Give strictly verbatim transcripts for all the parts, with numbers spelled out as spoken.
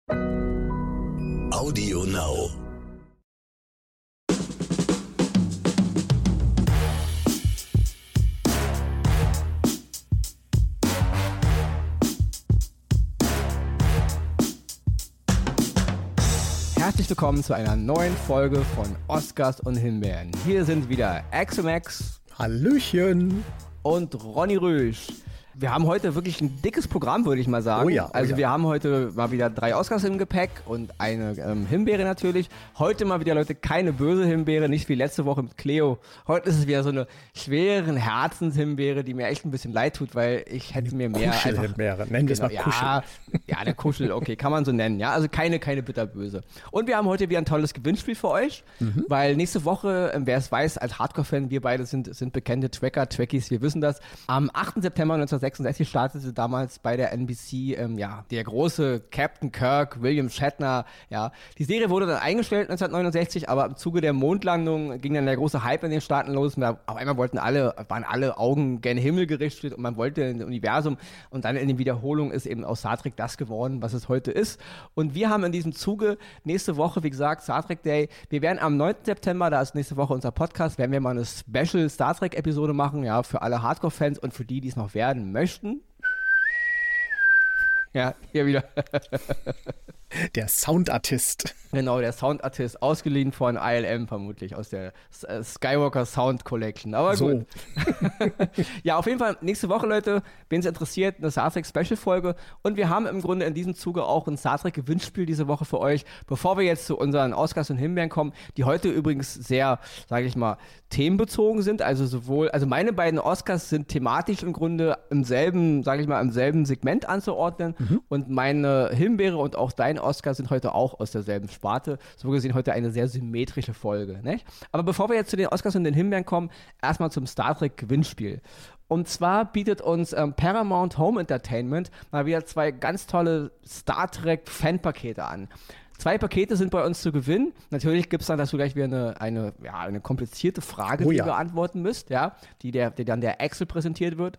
Audio Now. Herzlich willkommen zu einer neuen Folge von Oscars und Himbeeren. Hier sind wieder Axel Max, Hallöchen und Ronny Rösch. Wir haben heute wirklich ein dickes Programm, würde ich mal sagen. Oh ja, oh also ja. wir haben heute mal wieder drei Oscars im Gepäck und eine ähm, Himbeere natürlich. Heute mal wieder, Leute, keine böse Himbeere, nicht wie letzte Woche mit Cleo. Heute ist es wieder so eine schweren Herzenshimbeere, die mir echt ein bisschen leid tut, weil ich hätte mir mehr einfach... Kuschelhimbeere, nennen wir es mal genau, Kuschel. Ja, ja, der Kuschel, okay, kann man so nennen. Ja, also keine, keine bitterböse. Und wir haben heute wieder ein tolles Gewinnspiel für euch, mhm. weil nächste Woche, ähm, wer es weiß, als Hardcore-Fan, wir beide sind, sind bekannte Tracker, Trekkies, wir wissen das. Am achten September neunzehnhundertsechsundsechzig startete damals bei der N B C, ähm, ja, der große Captain Kirk, William Shatner, ja. Die Serie wurde dann eingestellt neunzehnhundertneunundsechzig, aber im Zuge der Mondlandung ging dann der große Hype in den Staaten los. Auf einmal wollten alle, waren alle Augen gen Himmel gerichtet und man wollte in das Universum, und dann in den Wiederholungen ist eben aus Star Trek das geworden, was es heute ist. Und wir haben in diesem Zuge nächste Woche, wie gesagt, Star Trek Day. Wir werden am neunten September, da ist nächste Woche unser Podcast, werden wir mal eine Special Star Trek Episode machen, ja, für alle Hardcore-Fans und für die, die es noch werden möchten. Ja, hier wieder. Der Soundartist. Genau, der Soundartist, ausgeliehen von I L M vermutlich, aus der Skywalker Sound Collection. Aber so. Gut. Ja, auf jeden Fall nächste Woche, Leute, wen es interessiert, eine Star Trek Special Folge. Und wir haben im Grunde in diesem Zuge auch ein Star Trek Gewinnspiel diese Woche für euch. Bevor wir jetzt zu unseren Oscars und Himbeeren kommen, die heute übrigens sehr, sage ich mal, themenbezogen sind. Also sowohl, also meine beiden Oscars sind thematisch im Grunde im selben, sage ich mal, im selben Segment anzuordnen. Mhm. Und meine Himbeere und auch dein Oscar sind heute auch aus derselben Sparte. So gesehen heute eine sehr symmetrische Folge, nicht? Aber bevor wir jetzt zu den Oscars und den Himbeeren kommen, erstmal zum Star Trek Gewinnspiel. Und zwar bietet uns ähm, Paramount Home Entertainment mal wieder zwei ganz tolle Star Trek Fanpakete an. Zwei Pakete sind bei uns zu gewinnen. Natürlich gibt es dann dazu gleich wieder eine, eine, ja, eine komplizierte Frage, oh, die ja. ihr beantworten müsst, ja, die, der, die dann der Axel präsentiert wird.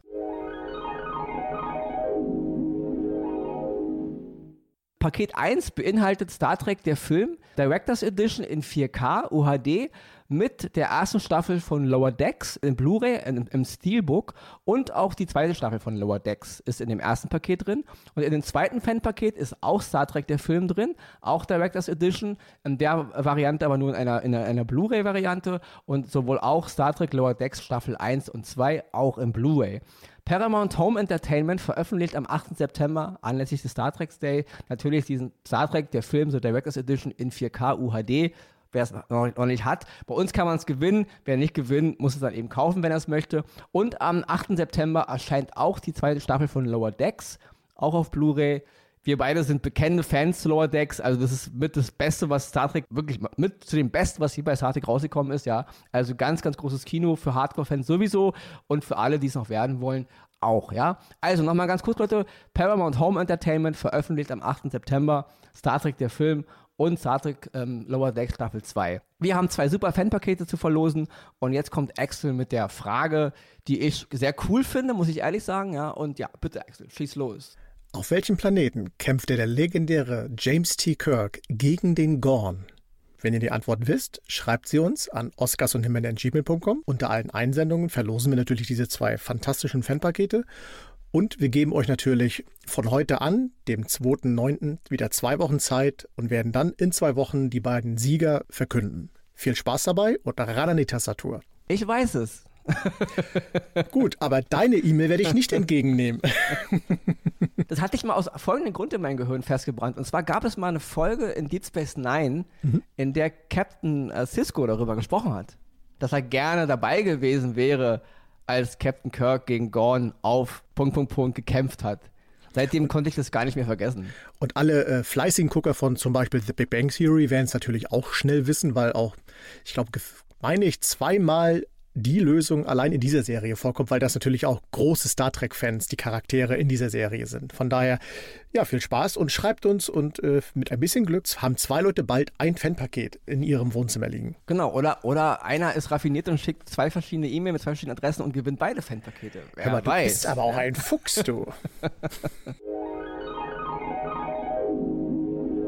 Paket eins beinhaltet Star Trek, der Film, Director's Edition in vier K, U H D, mit der ersten Staffel von Lower Decks in Blu-ray, in, im Steelbook, und auch die zweite Staffel von Lower Decks ist in dem ersten Paket drin. Und in dem zweiten Fanpaket ist auch Star Trek, der Film drin, auch Director's Edition, in der Variante aber nur in einer, in einer, einer Blu-ray-Variante, und sowohl auch Star Trek Lower Decks Staffel eins und zwei auch in Blu-ray. Paramount Home Entertainment veröffentlicht am achten September anlässlich des Star Trek Day natürlich diesen Star Trek, der Film, so Director's Edition in vier K U H D, wer es noch nicht hat. Bei uns kann man es gewinnen, wer nicht gewinnt, muss es dann eben kaufen, wenn er es möchte. Und am achten September erscheint auch die zweite Staffel von Lower Decks, auch auf Blu-ray. Wir beide sind bekannte Fans zu Lower Decks, also das ist mit das Beste, was Star Trek, wirklich mit zu dem Besten, was hier bei Star Trek rausgekommen ist, ja. Also ganz, ganz großes Kino für Hardcore-Fans sowieso und für alle, die es noch werden wollen, auch, ja. Also nochmal ganz kurz, Leute, Paramount Home Entertainment veröffentlicht am achten September Star Trek, der Film, und Star Trek ähm, Lower Decks Staffel zwei. Wir haben zwei super Fanpakete zu verlosen, und jetzt kommt Axel mit der Frage, die ich sehr cool finde, muss ich ehrlich sagen, ja. Und ja, bitte Axel, schieß los. Auf welchem Planeten kämpfte der legendäre James T. Kirk gegen den Gorn? Wenn ihr die Antwort wisst, schreibt sie uns an oscars und himbeeren at gmail punkt com. Unter allen Einsendungen verlosen wir natürlich diese zwei fantastischen Fanpakete. Und wir geben euch natürlich von heute an, dem zweiten neunten, wieder zwei Wochen Zeit und werden dann in zwei Wochen die beiden Sieger verkünden. Viel Spaß dabei und ran an die Tastatur. Ich weiß es. Gut, aber deine E-Mail werde ich nicht entgegennehmen. Das hatte ich mal aus folgendem Grund in mein Gehirn festgebrannt. Und zwar gab es mal eine Folge in Deep Space Nine, mhm. in der Captain äh, Sisko darüber gesprochen hat, dass er gerne dabei gewesen wäre, als Captain Kirk gegen Gorn auf Punkt, Punkt, Punkt gekämpft hat. Seitdem konnte ich das gar nicht mehr vergessen. Und alle äh, fleißigen Gucker von zum Beispiel The Big Bang Theory werden es natürlich auch schnell wissen, weil auch, ich glaube, meine ich, zweimal die Lösung allein in dieser Serie vorkommt, weil das natürlich auch große Star Trek-Fans, die Charaktere in dieser Serie sind. Von daher, ja, viel Spaß und schreibt uns, und äh, mit ein bisschen Glück haben zwei Leute bald ein Fanpaket in ihrem Wohnzimmer liegen. Genau, oder, oder einer ist raffiniert und schickt zwei verschiedene E-Mails mit zwei verschiedenen Adressen und gewinnt beide Fanpakete. Wer Hör mal, du weiß. bist aber auch ein Fuchs, du.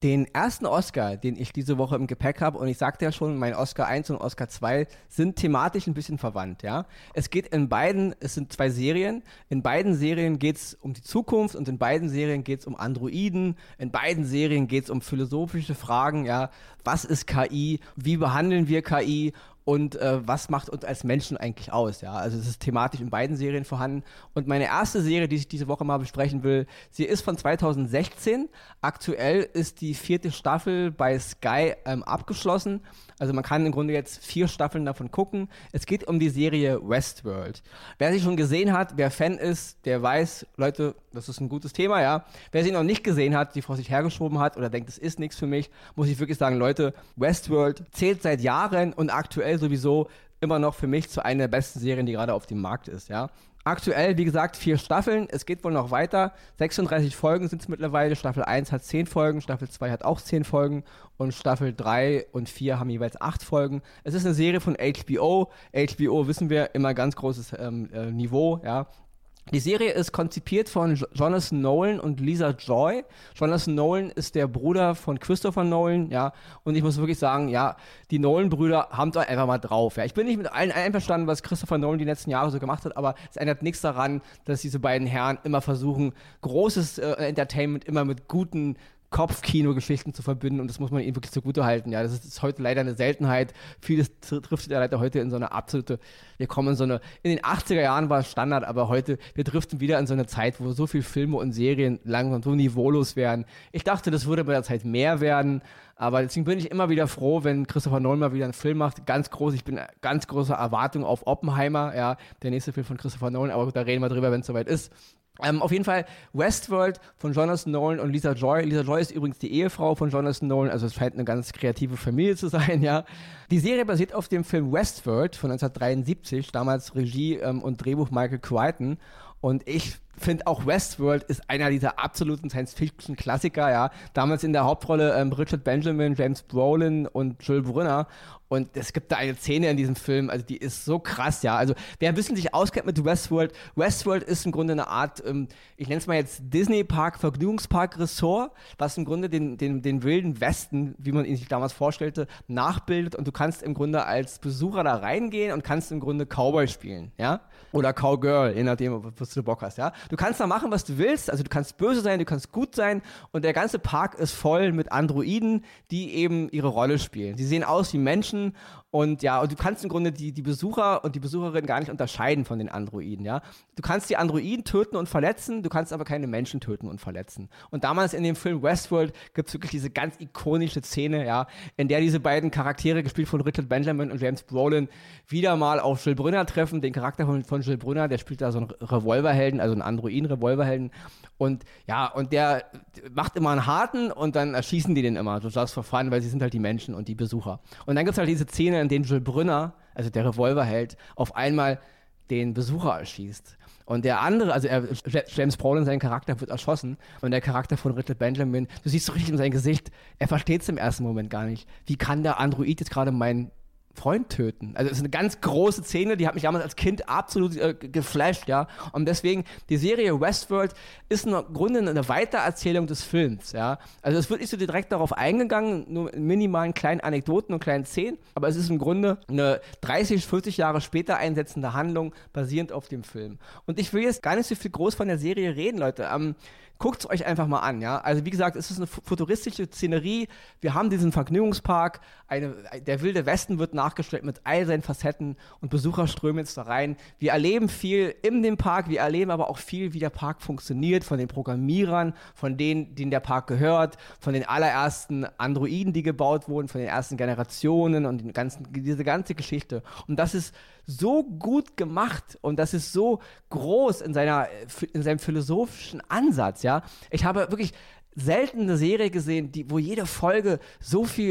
Den ersten Oscar, den ich diese Woche im Gepäck habe, und ich sagte ja schon, mein Oscar eins und Oscar zwei sind thematisch ein bisschen verwandt, ja. Es geht in beiden, es sind zwei Serien, in beiden Serien geht es um die Zukunft und in beiden Serien geht es um Androiden, in beiden Serien geht es um philosophische Fragen, ja. Was ist K I? Wie behandeln wir K I? Und äh, was macht uns als Menschen eigentlich aus, ja? Also es ist thematisch in beiden Serien vorhanden. Und meine erste Serie, die ich diese Woche mal besprechen will, sie ist von zwanzig sechzehn. Aktuell ist die vierte Staffel bei Sky ähm, abgeschlossen. Also man kann im Grunde jetzt vier Staffeln davon gucken. Es geht um die Serie Westworld. Wer sie schon gesehen hat, wer Fan ist, der weiß, Leute, das ist ein gutes Thema, ja. Wer sie noch nicht gesehen hat, die vor sich hergeschoben hat oder denkt, es ist nichts für mich, muss ich wirklich sagen, Leute, Westworld zählt seit Jahren und aktuell sowieso immer noch für mich zu einer der besten Serien, die gerade auf dem Markt ist, ja. Aktuell, wie gesagt, vier Staffeln. Es geht wohl noch weiter. sechsunddreißig Folgen sind es mittlerweile. Staffel eins hat zehn Folgen, Staffel zwei hat auch zehn Folgen und Staffel drei und vier haben jeweils acht Folgen. Es ist eine Serie von H B O. H B O, wissen wir, immer ganz großes ähm, äh, Niveau, ja. Die Serie ist konzipiert von Jonathan Nolan und Lisa Joy. Jonathan Nolan ist der Bruder von Christopher Nolan, ja. Und ich muss wirklich sagen, ja, die Nolan-Brüder haben es einfach mal drauf, ja. Ich bin nicht mit allen einverstanden, was Christopher Nolan die letzten Jahre so gemacht hat, aber es ändert nichts daran, dass diese beiden Herren immer versuchen, großes äh, Entertainment immer mit guten Kopfkino-Geschichten zu verbinden und das muss man ihnen wirklich zugute halten. Ja, das ist, ist heute leider eine Seltenheit. Vieles trifft ja leider heute in so eine absolute, wir kommen in so eine, in den achtziger Jahren war es Standard, aber heute, wir driften wieder in so eine Zeit, wo so viele Filme und Serien langsam so niveaulos werden. Ich dachte, das würde mit der Zeit mehr werden, aber deswegen bin ich immer wieder froh, wenn Christopher Nolan mal wieder einen Film macht. Ganz groß, ich bin ganz große Erwartung auf Oppenheimer, ja, der nächste Film von Christopher Nolan, aber gut, da reden wir drüber, wenn es soweit ist. Ähm, auf jeden Fall Westworld von Jonathan Nolan und Lisa Joy. Lisa Joy ist übrigens die Ehefrau von Jonathan Nolan, also es scheint eine ganz kreative Familie zu sein, ja. Die Serie basiert auf dem Film Westworld von neunzehnhundertdreiundsiebzig, damals Regie ähm, und Drehbuch Michael Crichton. Und ich finde auch Westworld ist einer dieser absoluten Science-Fiction-Klassiker, ja. Damals in der Hauptrolle ähm, Richard Benjamin, James Brolin und Jules Brünner. Und es gibt da eine Szene in diesem Film, also die ist so krass, ja. Also wer ein bisschen sich auskennt mit Westworld, Westworld ist im Grunde eine Art, ähm, ich nenne es mal jetzt Disney-Park, Vergnügungspark-Ressort, was im Grunde den, den, den wilden Westen, wie man ihn sich damals vorstellte, nachbildet. Und du kannst im Grunde als Besucher da reingehen und kannst im Grunde Cowboy spielen, ja. Oder Cowgirl, je nachdem, was du Bock hast, ja. Du kannst da machen, was du willst, also du kannst böse sein, du kannst gut sein und der ganze Park ist voll mit Androiden, die eben ihre Rolle spielen. Sie sehen aus wie Menschen und ja, und du kannst im Grunde die, die Besucher und die Besucherinnen gar nicht unterscheiden von den Androiden, ja. Du kannst die Androiden töten und verletzen, du kannst aber keine Menschen töten und verletzen. Und damals in dem Film Westworld gibt es wirklich diese ganz ikonische Szene, ja, in der diese beiden Charaktere, gespielt von Richard Benjamin und James Brolin, wieder mal auf Jules Brünner treffen, den Charakter von, von Jules Brünner, der spielt da so einen Revolverhelden, also einen Androiden-Revolverhelden. Und ja, und der macht immer einen harten und dann erschießen die den immer, so just for fun, weil sie sind halt die Menschen und die Besucher. Und dann gibt es halt diese Szene, in der Jules Brünner, also der Revolverheld, auf einmal den Besucher erschießt. Und der andere, also er, James Brolin, sein Charakter, wird erschossen. Und der Charakter von Richard Benjamin, du siehst so richtig in sein Gesicht, er versteht es im ersten Moment gar nicht. Wie kann der Android jetzt gerade meinen Freund töten? Also es ist eine ganz große Szene, die hat mich damals als Kind absolut äh, geflasht, ja. Und deswegen, die Serie Westworld ist im Grunde eine Weitererzählung des Films, ja. Also es wird nicht so direkt darauf eingegangen, nur in minimalen kleinen Anekdoten und kleinen Szenen, aber es ist im Grunde eine dreißig, vierzig Jahre später einsetzende Handlung, basierend auf dem Film. Und ich will jetzt gar nicht so viel groß von der Serie reden, Leute. Ähm, Guckt es euch einfach mal an, ja. Also wie gesagt, es ist eine futuristische Szenerie. Wir haben diesen Vergnügungspark. Eine, der wilde Westen wird nachgestellt mit all seinen Facetten und Besucher strömen jetzt da rein. Wir erleben viel in dem Park, wir erleben aber auch viel, wie der Park funktioniert, von den Programmierern, von denen, denen der Park gehört, von den allerersten Androiden, die gebaut wurden, von den ersten Generationen und den ganzen, diese ganze Geschichte. Und das ist so gut gemacht und das ist so groß in seiner, in seinem philosophischen Ansatz, ja. Ich habe wirklich selten eine Serie gesehen, die, wo jede Folge so viel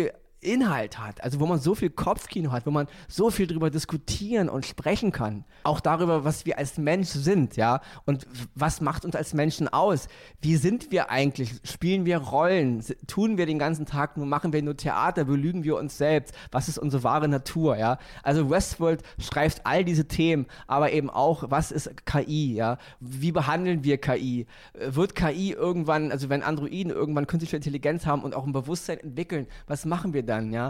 Inhalt hat, also wo man so viel Kopfkino hat, wo man so viel drüber diskutieren und sprechen kann. Auch darüber, was wir als Mensch sind, ja, und was macht uns als Menschen aus? Wie sind wir eigentlich? Spielen wir Rollen? Tun wir den ganzen Tag nur, machen wir nur Theater? Belügen wir uns selbst? Was ist unsere wahre Natur, ja? Also Westworld streift all diese Themen, aber eben auch, was ist K I, ja? Wie behandeln wir K I? Wird K I irgendwann, also wenn Androiden irgendwann künstliche Intelligenz haben und auch ein Bewusstsein entwickeln, was machen wir dann, ja?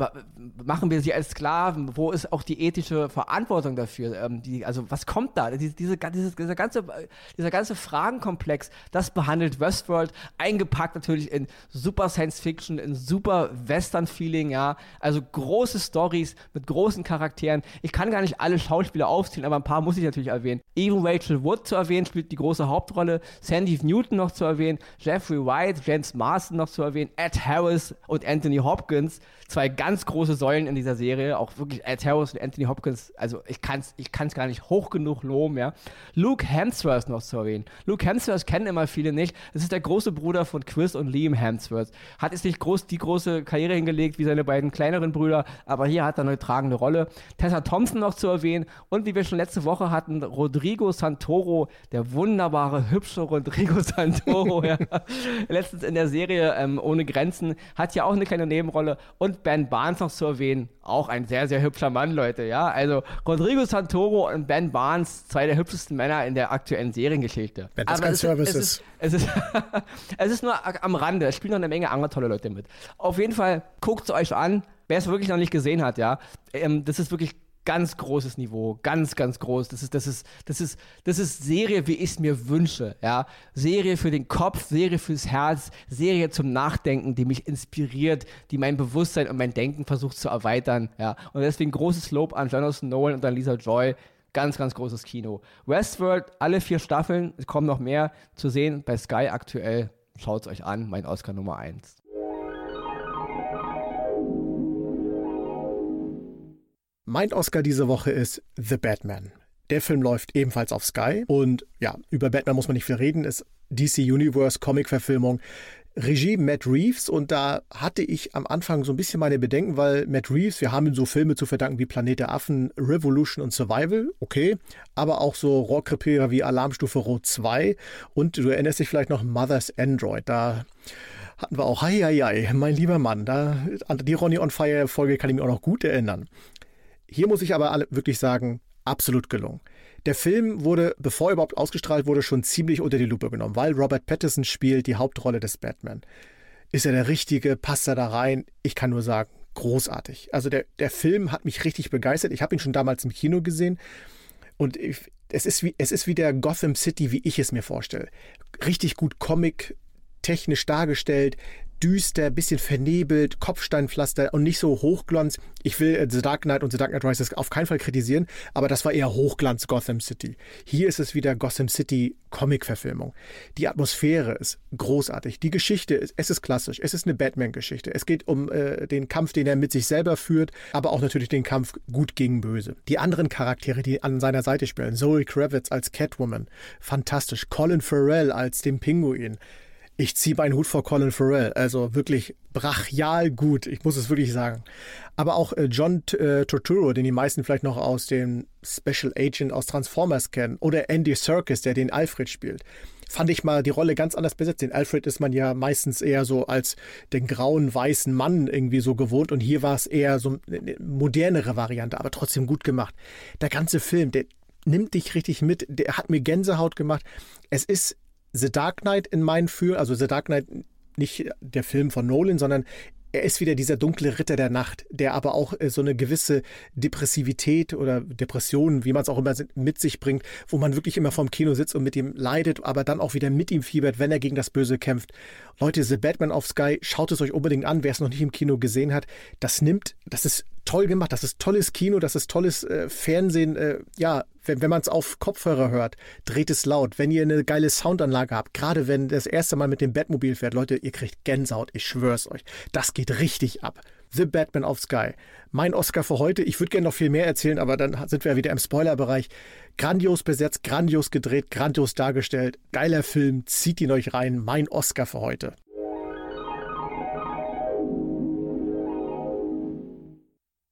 Machen wir sie als Sklaven? Wo ist auch die ethische Verantwortung dafür? Ähm, die, also was kommt da? Diese, diese, diese, dieser, ganze, dieser ganze Fragenkomplex, das behandelt Westworld, eingepackt natürlich in super Science-Fiction, in super Western-Feeling, ja? Also große Storys mit großen Charakteren. Ich kann gar nicht alle Schauspieler aufzählen, aber ein paar muss ich natürlich erwähnen. Even Rachel Wood zu erwähnen, spielt die große Hauptrolle. Sandy Newton noch zu erwähnen. Jeffrey White, James Marsden noch zu erwähnen. Ed Harris und Anthony Hopkins. Zwei ganz große Säulen in dieser Serie. Auch wirklich Ed Harris und Anthony Hopkins. Also ich kann es ich kann's gar nicht hoch genug loben, ja. Luke Hemsworth noch zu erwähnen. Luke Hemsworth kennen immer viele nicht. Das ist der große Bruder von Chris und Liam Hemsworth. Hat jetzt nicht groß, die große Karriere hingelegt wie seine beiden kleineren Brüder, aber hier hat er eine tragende Rolle. Tessa Thompson noch zu erwähnen. Und wie wir schon letzte Woche hatten, Rodrigo Santoro, der wunderbare, hübsche Rodrigo Santoro, ja. Letztens in der Serie ähm, Ohne Grenzen, hat ja auch eine kleine Nebenrolle. Und Ben Barnes noch zu erwähnen, auch ein sehr, sehr hübscher Mann, Leute, ja. Also Rodrigo Santoro und Ben Barnes, zwei der hübschesten Männer in der aktuellen Seriengeschichte. Wenn das kein Service ist. Es ist, es ist nur am Rande, es spielen noch eine Menge andere tolle Leute mit. Auf jeden Fall, guckt es euch an, wer es wirklich noch nicht gesehen hat, ja. Ähm, das ist wirklich ganz großes Niveau, ganz, ganz groß. Das ist, das ist, das ist, das ist Serie, wie ich es mir wünsche, ja. Serie für den Kopf, Serie fürs Herz, Serie zum Nachdenken, die mich inspiriert, die mein Bewusstsein und mein Denken versucht zu erweitern, ja. Und deswegen großes Lob an Jonathan Nolan und an Lisa Joy. Ganz, ganz großes Kino. Westworld, alle vier Staffeln, es kommen noch mehr zu sehen bei Sky aktuell. Schaut es euch an, mein Oscar Nummer eins. Mein Oscar diese Woche ist The Batman. Der Film läuft ebenfalls auf Sky und ja, über Batman muss man nicht viel reden, ist D C Universe Comic-Verfilmung. Regie Matt Reeves und da hatte ich am Anfang so ein bisschen meine Bedenken, weil Matt Reeves, wir haben ihm so Filme zu verdanken wie Planet der Affen, Revolution und Survival, okay, aber auch so Rohrkrepierer wie Alarmstufe Rot zwei und du erinnerst dich vielleicht noch Mother's Android, da hatten wir auch, hei, hei, hei, mein lieber Mann, da, an die Ronny on Fire Folge kann ich mich auch noch gut erinnern. Hier muss ich aber alle wirklich sagen, absolut gelungen. Der Film wurde, bevor er überhaupt ausgestrahlt wurde, schon ziemlich unter die Lupe genommen, weil Robert Pattinson spielt die Hauptrolle des Batman. Ist er der Richtige? Passt er da rein? Ich kann nur sagen, großartig. Also der, der Film hat mich richtig begeistert. Ich habe ihn schon damals im Kino gesehen und ich, es ist wie, es ist wie der Gotham City, wie ich es mir vorstelle. Richtig gut Comic, technisch dargestellt, düster, bisschen vernebelt, Kopfsteinpflaster und nicht so Hochglanz. Ich will The Dark Knight und The Dark Knight Rises auf keinen Fall kritisieren, aber das war eher Hochglanz Gotham City. Hier ist es wieder Gotham City Comic-Verfilmung. Die Atmosphäre ist großartig. Die Geschichte, ist, es ist klassisch. Es ist eine Batman-Geschichte. Es geht um äh, den Kampf, den er mit sich selber führt, aber auch natürlich den Kampf gut gegen böse. Die anderen Charaktere, die an seiner Seite spielen, Zoe Kravitz als Catwoman, fantastisch. Colin Farrell als den Pinguin. Ich ziehe meinen Hut vor Colin Farrell, also wirklich brachial gut, ich muss es wirklich sagen. Aber auch äh, John äh, Turturro, den die meisten vielleicht noch aus dem Special Agent aus Transformers kennen, oder Andy Serkis, der den Alfred spielt. Fand ich mal die Rolle ganz anders besetzt. Den Alfred ist man ja meistens eher so als den grauen, weißen Mann irgendwie so gewohnt und hier war es eher so eine modernere Variante, aber trotzdem gut gemacht. Der ganze Film, der nimmt dich richtig mit, der hat mir Gänsehaut gemacht. Es ist The Dark Knight in meinen Fühlen, also The Dark Knight, nicht der Film von Nolan, sondern er ist wieder dieser dunkle Ritter der Nacht, der aber auch äh, so eine gewisse Depressivität oder Depression, wie man es auch immer mit sich bringt, wo man wirklich immer vorm Kino sitzt und mit ihm leidet, aber dann auch wieder mit ihm fiebert, wenn er gegen das Böse kämpft. Leute, The Batman auf Sky, schaut es euch unbedingt an, wer es noch nicht im Kino gesehen hat. Das nimmt, das ist toll gemacht, das ist tolles Kino, das ist tolles äh, Fernsehen, äh, ja, wenn, wenn man es auf Kopfhörer hört, dreht es laut. Wenn ihr eine geile Soundanlage habt, gerade wenn das erste Mal mit dem Batmobil fährt, Leute, ihr kriegt Gänsehaut, ich schwör's euch. Das geht richtig ab. The Batman auf Sky. Mein Oscar für heute, ich würde gerne noch viel mehr erzählen, aber dann sind wir ja wieder im Spoilerbereich. Grandios besetzt, grandios gedreht, grandios dargestellt. Geiler Film, zieht ihn euch rein. Mein Oscar für heute.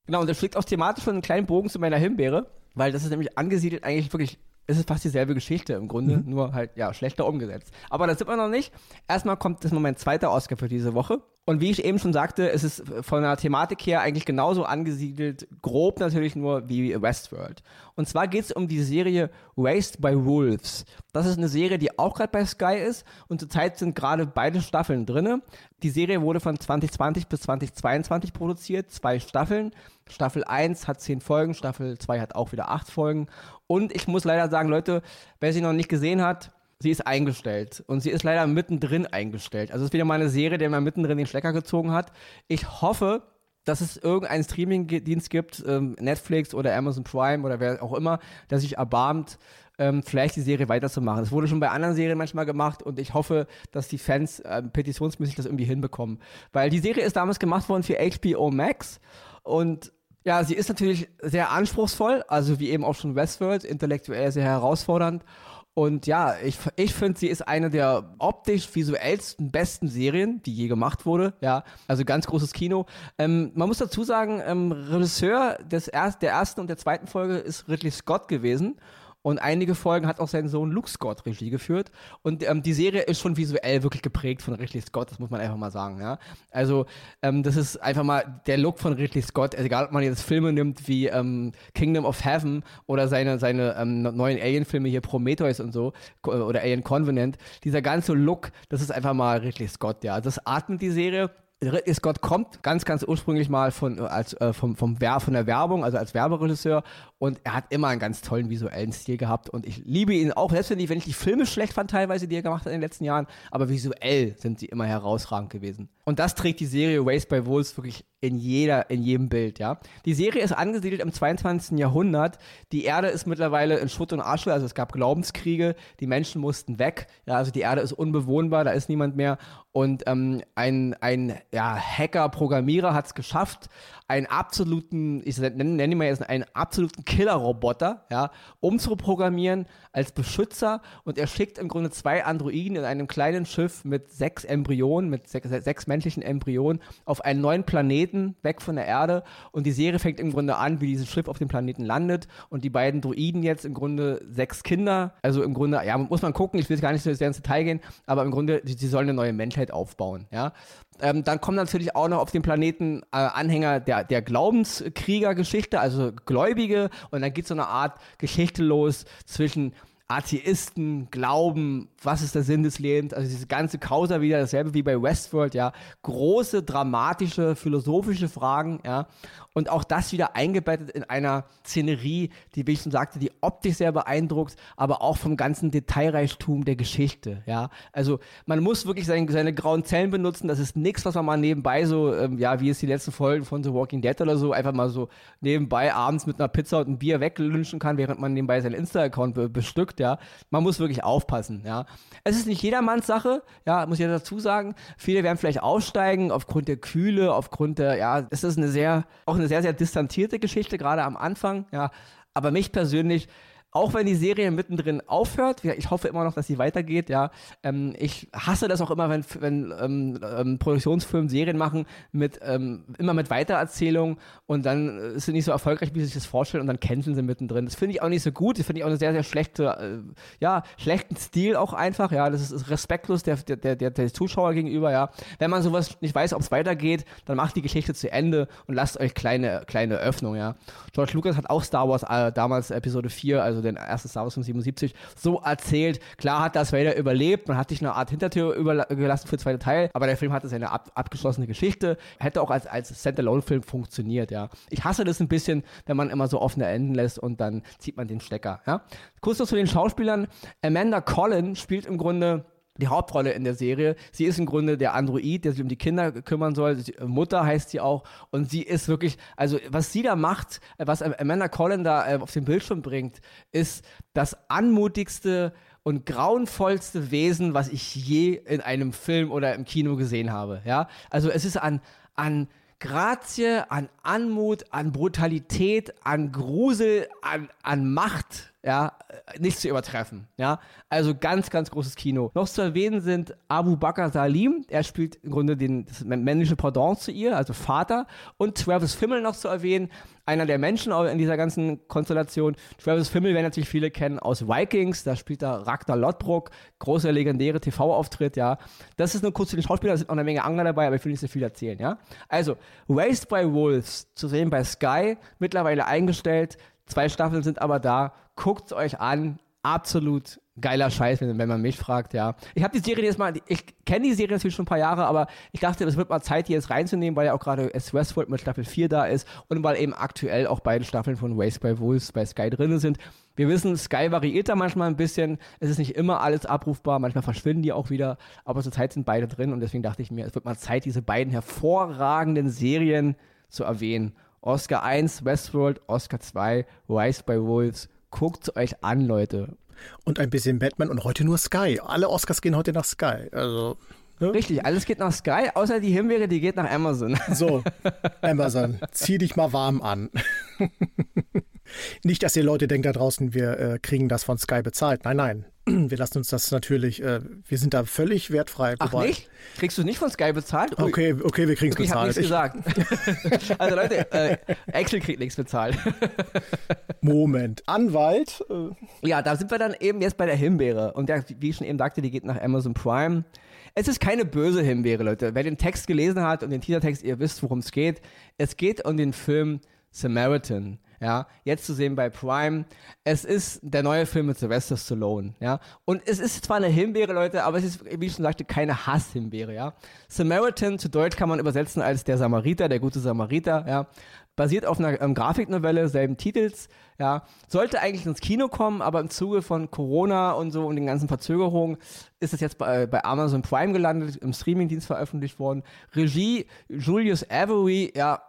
Genau, und das schlägt auch thematisch schon einen kleinen Bogen zu meiner Himbeere, weil das ist nämlich angesiedelt eigentlich wirklich, es ist fast dieselbe Geschichte im Grunde, mhm. nur halt, ja, schlechter umgesetzt. Aber das sind wir noch nicht. Erstmal kommt das mal mein zweiter Oscar für diese Woche. Und wie ich eben schon sagte, es ist von der Thematik her eigentlich genauso angesiedelt, grob natürlich nur wie Westworld. Und zwar geht es um die Serie Raised by Wolves. Das ist eine Serie, die auch gerade bei Sky ist und zurzeit sind gerade beide Staffeln drin. Die Serie wurde von zwanzig zwanzig bis zwanzig zweiundzwanzig produziert, zwei Staffeln. Staffel eins hat zehn Folgen, Staffel zwei hat auch wieder acht Folgen. Und ich muss leider sagen, Leute, wer sie noch nicht gesehen hat, sie ist eingestellt und sie ist leider mittendrin eingestellt. Also es ist wieder mal eine Serie, die mir mittendrin den Stecker gezogen hat. Ich hoffe, dass es irgendeinen Streaming-Dienst gibt, ähm, Netflix oder Amazon Prime oder wer auch immer, der sich erbarmt, ähm, vielleicht die Serie weiterzumachen. Das wurde schon bei anderen Serien manchmal gemacht und ich hoffe, dass die Fans äh, petitionsmäßig das irgendwie hinbekommen. Weil die Serie ist damals gemacht worden für H B O Max und ja, sie ist natürlich sehr anspruchsvoll, also wie eben auch schon Westworld, intellektuell sehr herausfordernd. Und ja, ich, ich finde, sie ist eine der optisch visuellsten, besten Serien, die je gemacht wurde. Ja, also ganz großes Kino. Ähm, man muss dazu sagen, ähm, Regisseur des erst, der ersten und der zweiten Folge ist Ridley Scott gewesen. Und einige Folgen hat auch sein Sohn Luke Scott Regie geführt. Und ähm, die Serie ist schon visuell wirklich geprägt von Ridley Scott, das muss man einfach mal sagen. Ja? Also ähm, das ist einfach mal der Look von Ridley Scott, egal ob man jetzt Filme nimmt wie ähm, Kingdom of Heaven oder seine, seine ähm, neuen Alien-Filme hier, Prometheus und so, oder Alien Covenant, dieser ganze Look, das ist einfach mal Ridley Scott, ja. Das atmet die Serie. Ridley Scott kommt ganz, ganz ursprünglich mal von, als, äh, vom, vom Ver- von der Werbung, also als Werberegisseur, und er hat immer einen ganz tollen visuellen Stil gehabt und ich liebe ihn auch, selbst wenn ich, wenn ich die Filme schlecht fand teilweise, die er gemacht hat in den letzten Jahren, aber visuell sind sie immer herausragend gewesen. Und das trägt die Serie Raised by Wolves wirklich in jeder, in jedem Bild, ja. Die Serie ist angesiedelt im zweiundzwanzigsten Jahrhundert. Die Erde ist mittlerweile in Schutt und Asche, also es gab Glaubenskriege, die Menschen mussten weg, ja, also die Erde ist unbewohnbar, da ist niemand mehr und ähm, ein, ein ja, Hacker, Programmierer hat es geschafft, einen absoluten, ich nenne, nenne ihn mal jetzt einen absoluten Killer-Roboter, ja, umzuprogrammieren als Beschützer und er schickt im Grunde zwei Androiden in einem kleinen Schiff mit sechs Embryonen, mit sechs, sechs menschlichen Embryonen auf einen neuen Planeten weg von der Erde und die Serie fängt im Grunde an, wie dieses Schiff auf dem Planeten landet und die beiden Droiden jetzt im Grunde sechs Kinder, also im Grunde, ja, muss man gucken, ich will jetzt gar nicht so sehr ins Detail gehen, aber im Grunde, sie sollen eine neue Menschheit aufbauen, ja. Ähm, dann kommen natürlich auch noch auf dem Planeten äh, Anhänger der, der Glaubenskrieger-Geschichte, also Gläubige. Und dann geht so eine Art Geschichte los zwischen Atheisten, Glauben, was ist der Sinn des Lebens, also diese ganze Causa wieder, dasselbe wie bei Westworld, ja, große, dramatische, philosophische Fragen, ja, und auch das wieder eingebettet in einer Szenerie, die, wie ich schon sagte, die optisch sehr beeindruckt, aber auch vom ganzen Detailreichtum der Geschichte, ja, also man muss wirklich seine, seine grauen Zellen benutzen, das ist nichts, was man mal nebenbei so, ähm, ja, wie es die letzten Folgen von The Walking Dead oder so, einfach mal so nebenbei abends mit einer Pizza und einem Bier weglünchen kann, während man nebenbei seinen Insta-Account be- bestückt, ja, man muss wirklich aufpassen, ja. Es ist nicht jedermanns Sache, ja, muss ich ja dazu sagen. Viele werden vielleicht aussteigen aufgrund der Kühle, aufgrund der, ja, es ist eine sehr, auch eine sehr, sehr distanzierte Geschichte, gerade am Anfang, ja. Aber mich persönlich, auch wenn die Serie mittendrin aufhört, ich hoffe immer noch, dass sie weitergeht, ja, ähm, ich hasse das auch immer, wenn, wenn ähm, ähm, Produktionsfirmen Serien machen, mit, ähm, immer mit Weitererzählung und dann ist sie nicht so erfolgreich, wie sie sich das vorstellen und dann canceln sie mittendrin. Das finde ich auch nicht so gut, das finde ich auch eine sehr, sehr schlechte, äh, ja, schlechten Stil auch einfach, ja, das ist, ist respektlos der, der, der, der Zuschauer gegenüber, ja. Wenn man sowas nicht weiß, ob es weitergeht, dann macht die Geschichte zu Ende und lasst euch kleine, kleine Öffnung, ja. George Lucas hat auch Star Wars äh, damals Episode vier, also den ersten Star Wars von siebenundsiebzig, so erzählt. Klar hat das Vader überlebt, man hat sich eine Art Hintertür überlassen für den zweiten Teil, aber der Film hatte seine ab, abgeschlossene Geschichte, hätte auch als, als Standalone-Film funktioniert, ja. Ich hasse das ein bisschen, wenn man immer so offene Enden lässt und dann zieht man den Stecker, ja. Kurz noch zu den Schauspielern. Amanda Collin spielt im Grunde die Hauptrolle in der Serie. Sie ist im Grunde der Android, der sich um die Kinder kümmern soll. Sie, Mutter heißt sie auch. Und sie ist wirklich, also was sie da macht, was Amanda Collin da äh, auf den Bildschirm bringt, ist das anmutigste und grauenvollste Wesen, was ich je in einem Film oder im Kino gesehen habe. Ja? Also es ist an, an Grazie, an Anmut, an Brutalität, an Grusel, an, an Macht, ja, nicht zu übertreffen, ja. Also ganz, ganz großes Kino. Noch zu erwähnen sind Abu Bakr Salim, er spielt im Grunde den, das männliche Pendant zu ihr, also Vater, und Travis Fimmel noch zu erwähnen, einer der Menschen in dieser ganzen Konstellation. Travis Fimmel werden natürlich viele kennen aus Vikings, da spielt er Ragnar Lodbrok, großer legendäre T V-Auftritt, ja. Das ist nur kurz zu den Schauspielern, da sind noch eine Menge Angler dabei, aber ich will nicht so viel erzählen, ja. Also, Raised by Wolves, zu sehen bei Sky, mittlerweile eingestellt, zwei Staffeln sind aber da, guckt es euch an, absolut geiler Scheiß, wenn, wenn man mich fragt, ja. Ich habe die Serie jetzt mal, ich kenne die Serie natürlich schon ein paar Jahre, aber ich dachte, es wird mal Zeit, die jetzt reinzunehmen, weil ja auch gerade S. Westworld mit Staffel vier da ist und weil eben aktuell auch beide Staffeln von Raised by Wolves bei Sky drin sind. Wir wissen, Sky variiert da manchmal ein bisschen, es ist nicht immer alles abrufbar, manchmal verschwinden die auch wieder, aber zurzeit sind beide drin und deswegen dachte ich mir, es wird mal Zeit, diese beiden hervorragenden Serien zu erwähnen. Oscar eins, Westworld, Oscar zwei, Raised by Wolves. Guckt euch an, Leute. Und ein bisschen Batman und heute nur Sky. Alle Oscars gehen heute nach Sky. Also, ne? Richtig, alles geht nach Sky, außer die Himbeere, die geht nach Amazon. So, Amazon, zieh dich mal warm an. Nicht, dass ihr Leute denkt da draußen, wir äh, kriegen das von Sky bezahlt. Nein, nein. Wir lassen uns das natürlich, äh, wir sind da völlig wertfrei. Ach wobei, nicht? Kriegst du nicht von Sky bezahlt? Okay, okay, wir kriegen es okay, bezahlt. Ich habe nichts gesagt. Also Leute, äh, Axel kriegt nichts bezahlt. Moment, Anwalt? Äh. Ja, da sind wir dann eben jetzt bei der Himbeere. Und der, wie ich schon eben sagte, die geht nach Amazon Prime. Es ist keine böse Himbeere, Leute. Wer den Text gelesen hat und den Teasertext, ihr wisst, worum es geht. Es geht um den Film Samaritan. Ja, jetzt zu sehen bei Prime. Es ist der neue Film mit Sylvester Stallone, ja. Und es ist zwar eine Himbeere, Leute, aber es ist, wie ich schon sagte, keine Hass-Himbeere, ja. Samaritan, zu Deutsch kann man übersetzen als der Samariter, der gute Samariter, ja. Basiert auf einer ähm, Grafiknovelle, selben Titels, ja. Sollte eigentlich ins Kino kommen, aber im Zuge von Corona und so und den ganzen Verzögerungen ist es jetzt bei, bei Amazon Prime gelandet, im Streamingdienst veröffentlicht worden. Regie Julius Avery, ja.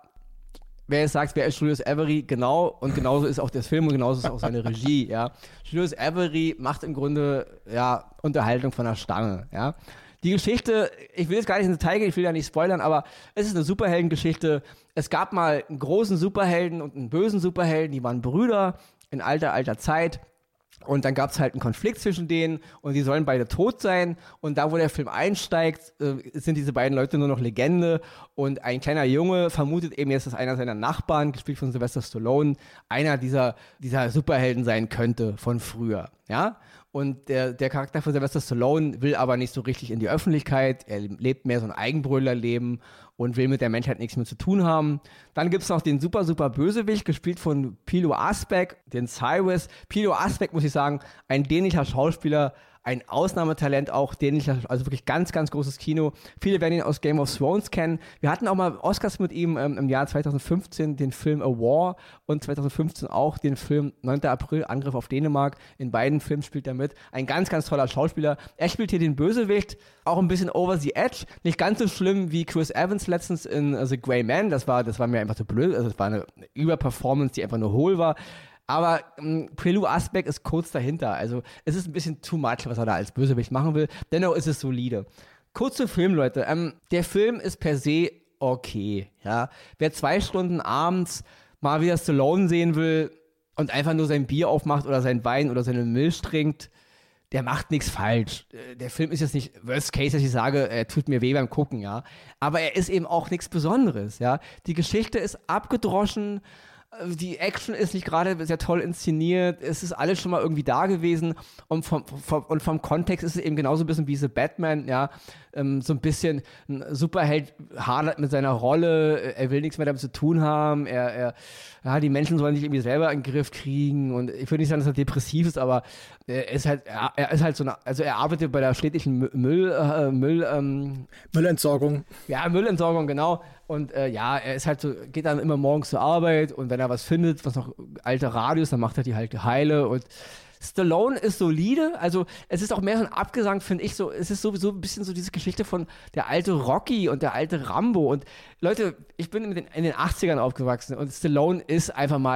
Wer jetzt sagt, wer ist Julius Avery, genau, und genauso ist auch der Film und genauso ist auch seine Regie, ja. Julius Avery macht im Grunde, ja, Unterhaltung von der Stange, ja. Die Geschichte, ich will jetzt gar nicht ins Detail gehen, ich will ja nicht spoilern, aber es ist eine Superheldengeschichte. Es gab mal einen großen Superhelden und einen bösen Superhelden, die waren Brüder in alter, alter Zeit. Und dann gab es halt einen Konflikt zwischen denen und die sollen beide tot sein. Und da, wo der Film einsteigt, äh, sind diese beiden Leute nur noch Legende. Und ein kleiner Junge vermutet eben jetzt, dass einer seiner Nachbarn, gespielt von Sylvester Stallone, einer dieser, dieser Superhelden sein könnte von früher. Ja? Und der, der Charakter von Sylvester Stallone will aber nicht so richtig in die Öffentlichkeit. Er lebt mehr so ein Eigenbrüllerleben und will mit der Menschheit nichts mehr zu tun haben. Dann gibt es noch den super, super Bösewicht, gespielt von Pilou Asbæk, den Cyrus. Pilou Asbæk, muss ich sagen, ein dänischer Schauspieler, ein Ausnahmetalent auch, dänischer, also wirklich ganz, ganz großes Kino. Viele werden ihn aus Game of Thrones kennen. Wir hatten auch mal Oscars mit ihm ähm, im Jahr zwanzig fünfzehn, den Film A War und zwanzig fünfzehn auch den Film neunter April, Angriff auf Dänemark. In beiden Filmen spielt er mit. Ein ganz, ganz toller Schauspieler. Er spielt hier den Bösewicht, auch ein bisschen over the edge. Nicht ganz so schlimm wie Chris Evans letztens in uh, The Grey Man. Das war, das war mir einfach zu blöd. Also das war eine Überperformance, die einfach nur hohl war. Aber ähm, Pilou Asbæk ist kurz dahinter. Also es ist ein bisschen too much, was er da als Bösewicht machen will. Dennoch ist es solide. Kurz zum Film, Leute. Ähm, der Film ist per se okay. Ja? Wer zwei Stunden abends mal wieder Stallone sehen will und einfach nur sein Bier aufmacht oder sein Wein oder seine Milch trinkt, der macht nichts falsch. Der Film ist jetzt nicht worst case, dass ich sage, er tut mir weh beim Gucken, ja. Aber er ist eben auch nichts Besonderes, ja. Die Geschichte ist abgedroschen. Die Action ist nicht gerade sehr toll inszeniert, es ist alles schon mal irgendwie da gewesen und vom, vom, und vom Kontext ist es eben genauso ein bisschen wie The Batman, ja, ähm, so ein bisschen ein Superheld hadert mit seiner Rolle, er will nichts mehr damit zu tun haben, er, er ja, die Menschen sollen sich irgendwie selber in den Griff kriegen und ich würde nicht sagen, dass er depressiv ist, aber er ist halt, er, er ist halt so eine, also er arbeitet bei der städtischen Müll, äh, Müll, ähm, Müllentsorgung. Ja, Müllentsorgung, genau. Und äh, ja, er ist halt so, geht dann immer morgens zur Arbeit und wenn er was findet, was noch alte Radios, dann macht er die halt heile und Stallone ist solide, also es ist auch mehr so ein Abgesang, finde ich, so, es ist sowieso ein bisschen so diese Geschichte von der alte Rocky und der alte Rambo und Leute, ich bin in den, in den achtzigern aufgewachsen und Stallone ist einfach mal,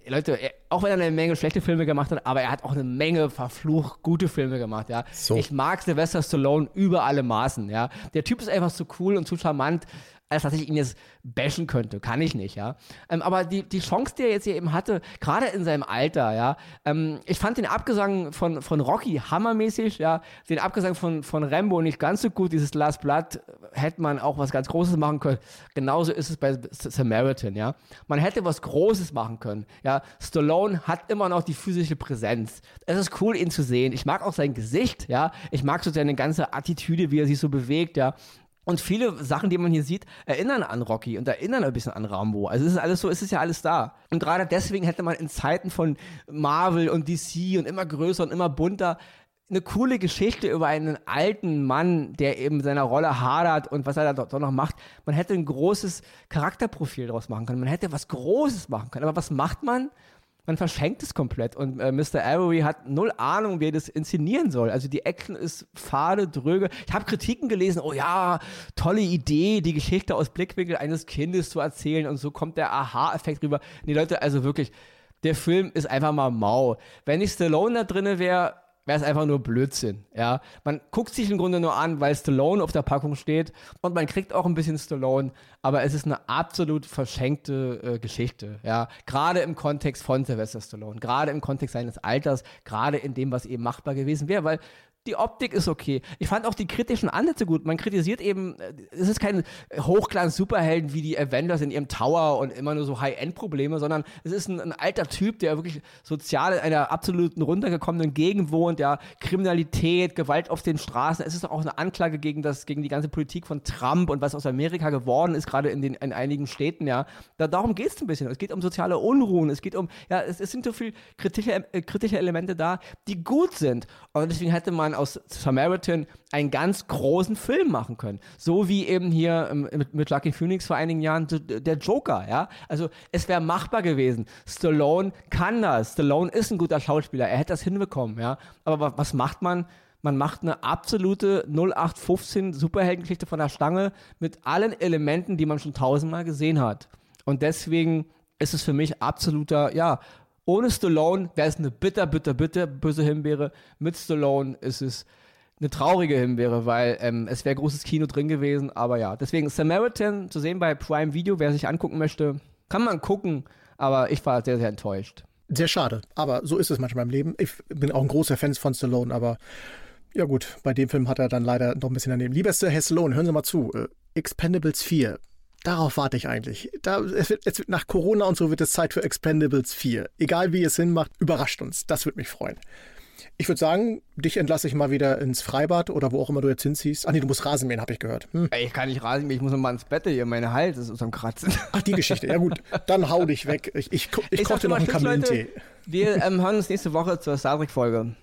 Leute, er, auch wenn er eine Menge schlechte Filme gemacht hat, aber er hat auch eine Menge verflucht gute Filme gemacht, ja. So. Ich mag Sylvester Stallone über alle Maßen, ja. Der Typ ist einfach so cool und zu charmant, als dass ich ihn jetzt bashen könnte. Kann ich nicht, ja. Ähm, aber die, die Chance, die er jetzt hier eben hatte, gerade in seinem Alter, ja, ähm, ich fand den Abgesang von, von Rocky hammermäßig, ja, den Abgesang von, von Rambo nicht ganz so gut, dieses Last Blood hätte man auch was ganz Großes machen können. Genauso ist es bei Samaritan, ja. Man hätte was Großes machen können, ja. Stallone hat immer noch die physische Präsenz. Es ist cool, ihn zu sehen. Ich mag auch sein Gesicht, ja. Ich mag so seine ganze Attitüde, wie er sich so bewegt, ja. Und viele Sachen, die man hier sieht, erinnern an Rocky und erinnern ein bisschen an Rambo. Also es ist alles so, es ist ja alles da. Und gerade deswegen hätte man in Zeiten von Marvel und D C und immer größer und immer bunter eine coole Geschichte über einen alten Mann, der eben seiner Rolle hadert und was er da doch noch macht. Man hätte ein großes Charakterprofil daraus machen können. Man hätte was Großes machen können. Aber was macht man? Man verschenkt es komplett und äh, Mister Avery hat null Ahnung, wie er das inszenieren soll. Also die Action ist fade, dröge. Ich habe Kritiken gelesen, oh ja, tolle Idee, die Geschichte aus Blickwinkel eines Kindes zu erzählen und so kommt der Aha-Effekt rüber. Nee, Leute, also wirklich, der Film ist einfach mal mau. Wenn nicht Stallone da drin wäre, wäre es einfach nur Blödsinn, ja. Man guckt sich im Grunde nur an, weil Stallone auf der Packung steht und man kriegt auch ein bisschen Stallone, aber es ist eine absolut verschenkte äh, Geschichte, ja. Gerade im Kontext von Sylvester Stallone, gerade im Kontext seines Alters, gerade in dem, was eben machbar gewesen wäre, weil die Optik ist okay. Ich fand auch die kritischen Ansätze gut. Man kritisiert eben, es ist kein Hochglanz-Superhelden wie die Avengers in ihrem Tower und immer nur so High-End-Probleme, sondern es ist ein, ein alter Typ, der wirklich sozial in einer absoluten runtergekommenen Gegend wohnt, ja, Kriminalität, Gewalt auf den Straßen. Es ist auch eine Anklage gegen das, gegen die ganze Politik von Trump und was aus Amerika geworden ist, gerade in den, in einigen Städten, ja. Da, darum geht es ein bisschen. Es geht um soziale Unruhen, es geht um, ja, es, es sind so viele kritische, äh, kritische Elemente da, die gut sind. Und deswegen hätte man aus Samaritan einen ganz großen Film machen können. So wie eben hier ähm, mit, mit Joaquin Phoenix vor einigen Jahren der Joker, ja. Also es wäre machbar gewesen. Stallone kann das. Stallone ist ein guter Schauspieler. Er hätte das hinbekommen, ja. Aber was macht man? Man macht eine absolute null acht fünfzehn Superheldengeschichte von der Stange mit allen Elementen, die man schon tausendmal gesehen hat. Und deswegen ist es für mich absoluter, ja, ohne Stallone wäre es eine bitter, bitter, bitter böse Himbeere. Mit Stallone ist es eine traurige Himbeere, weil ähm, es wäre großes Kino drin gewesen. Aber ja, deswegen Samaritan zu sehen bei Prime Video, wer sich angucken möchte, kann man gucken. Aber ich war sehr, sehr enttäuscht. Sehr schade, aber so ist es manchmal im Leben. Ich bin auch ein großer Fan von Stallone, aber ja gut, bei dem Film hat er dann leider noch ein bisschen daneben. Lieberste Herr Stallone, hören Sie mal zu. Äh, Expendables vier. Darauf warte ich eigentlich. Da, es wird, es wird, nach Corona und so wird es Zeit für Expendables vier. Egal wie ihr es hinmacht, überrascht uns. Das würde mich freuen. Ich würde sagen, dich entlasse ich mal wieder ins Freibad oder wo auch immer du jetzt hinziehst. Ach nee, du musst Rasen mähen, habe ich gehört. Hm. Ich kann nicht Rasen mähen, ich muss noch mal ins Bett hier. Meine Hals ist am Kratzen. Ach, die Geschichte. Ja gut, dann hau dich weg. Ich, ich, ich, ich koche dir noch einen Kamillentee. Wir ähm, hören uns nächste Woche zur Star Trek-Folge.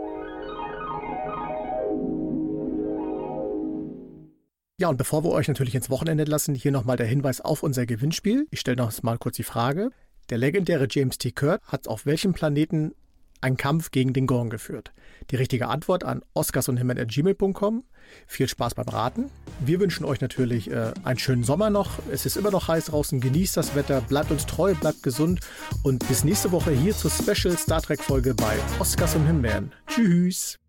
Ja, und bevor wir euch natürlich ins Wochenende lassen, hier nochmal der Hinweis auf unser Gewinnspiel. Ich stelle noch mal kurz die Frage. Der legendäre James T. Kirk hat auf welchem Planeten einen Kampf gegen den Gorn geführt? Die richtige Antwort an oscarsundhimmel at gmail punkt com. Viel Spaß beim Raten. Wir wünschen euch natürlich äh, einen schönen Sommer noch. Es ist immer noch heiß draußen. Genießt das Wetter, bleibt uns treu, bleibt gesund. Und bis nächste Woche hier zur Special Star Trek Folge bei Oscars und Himbeeren. Tschüss.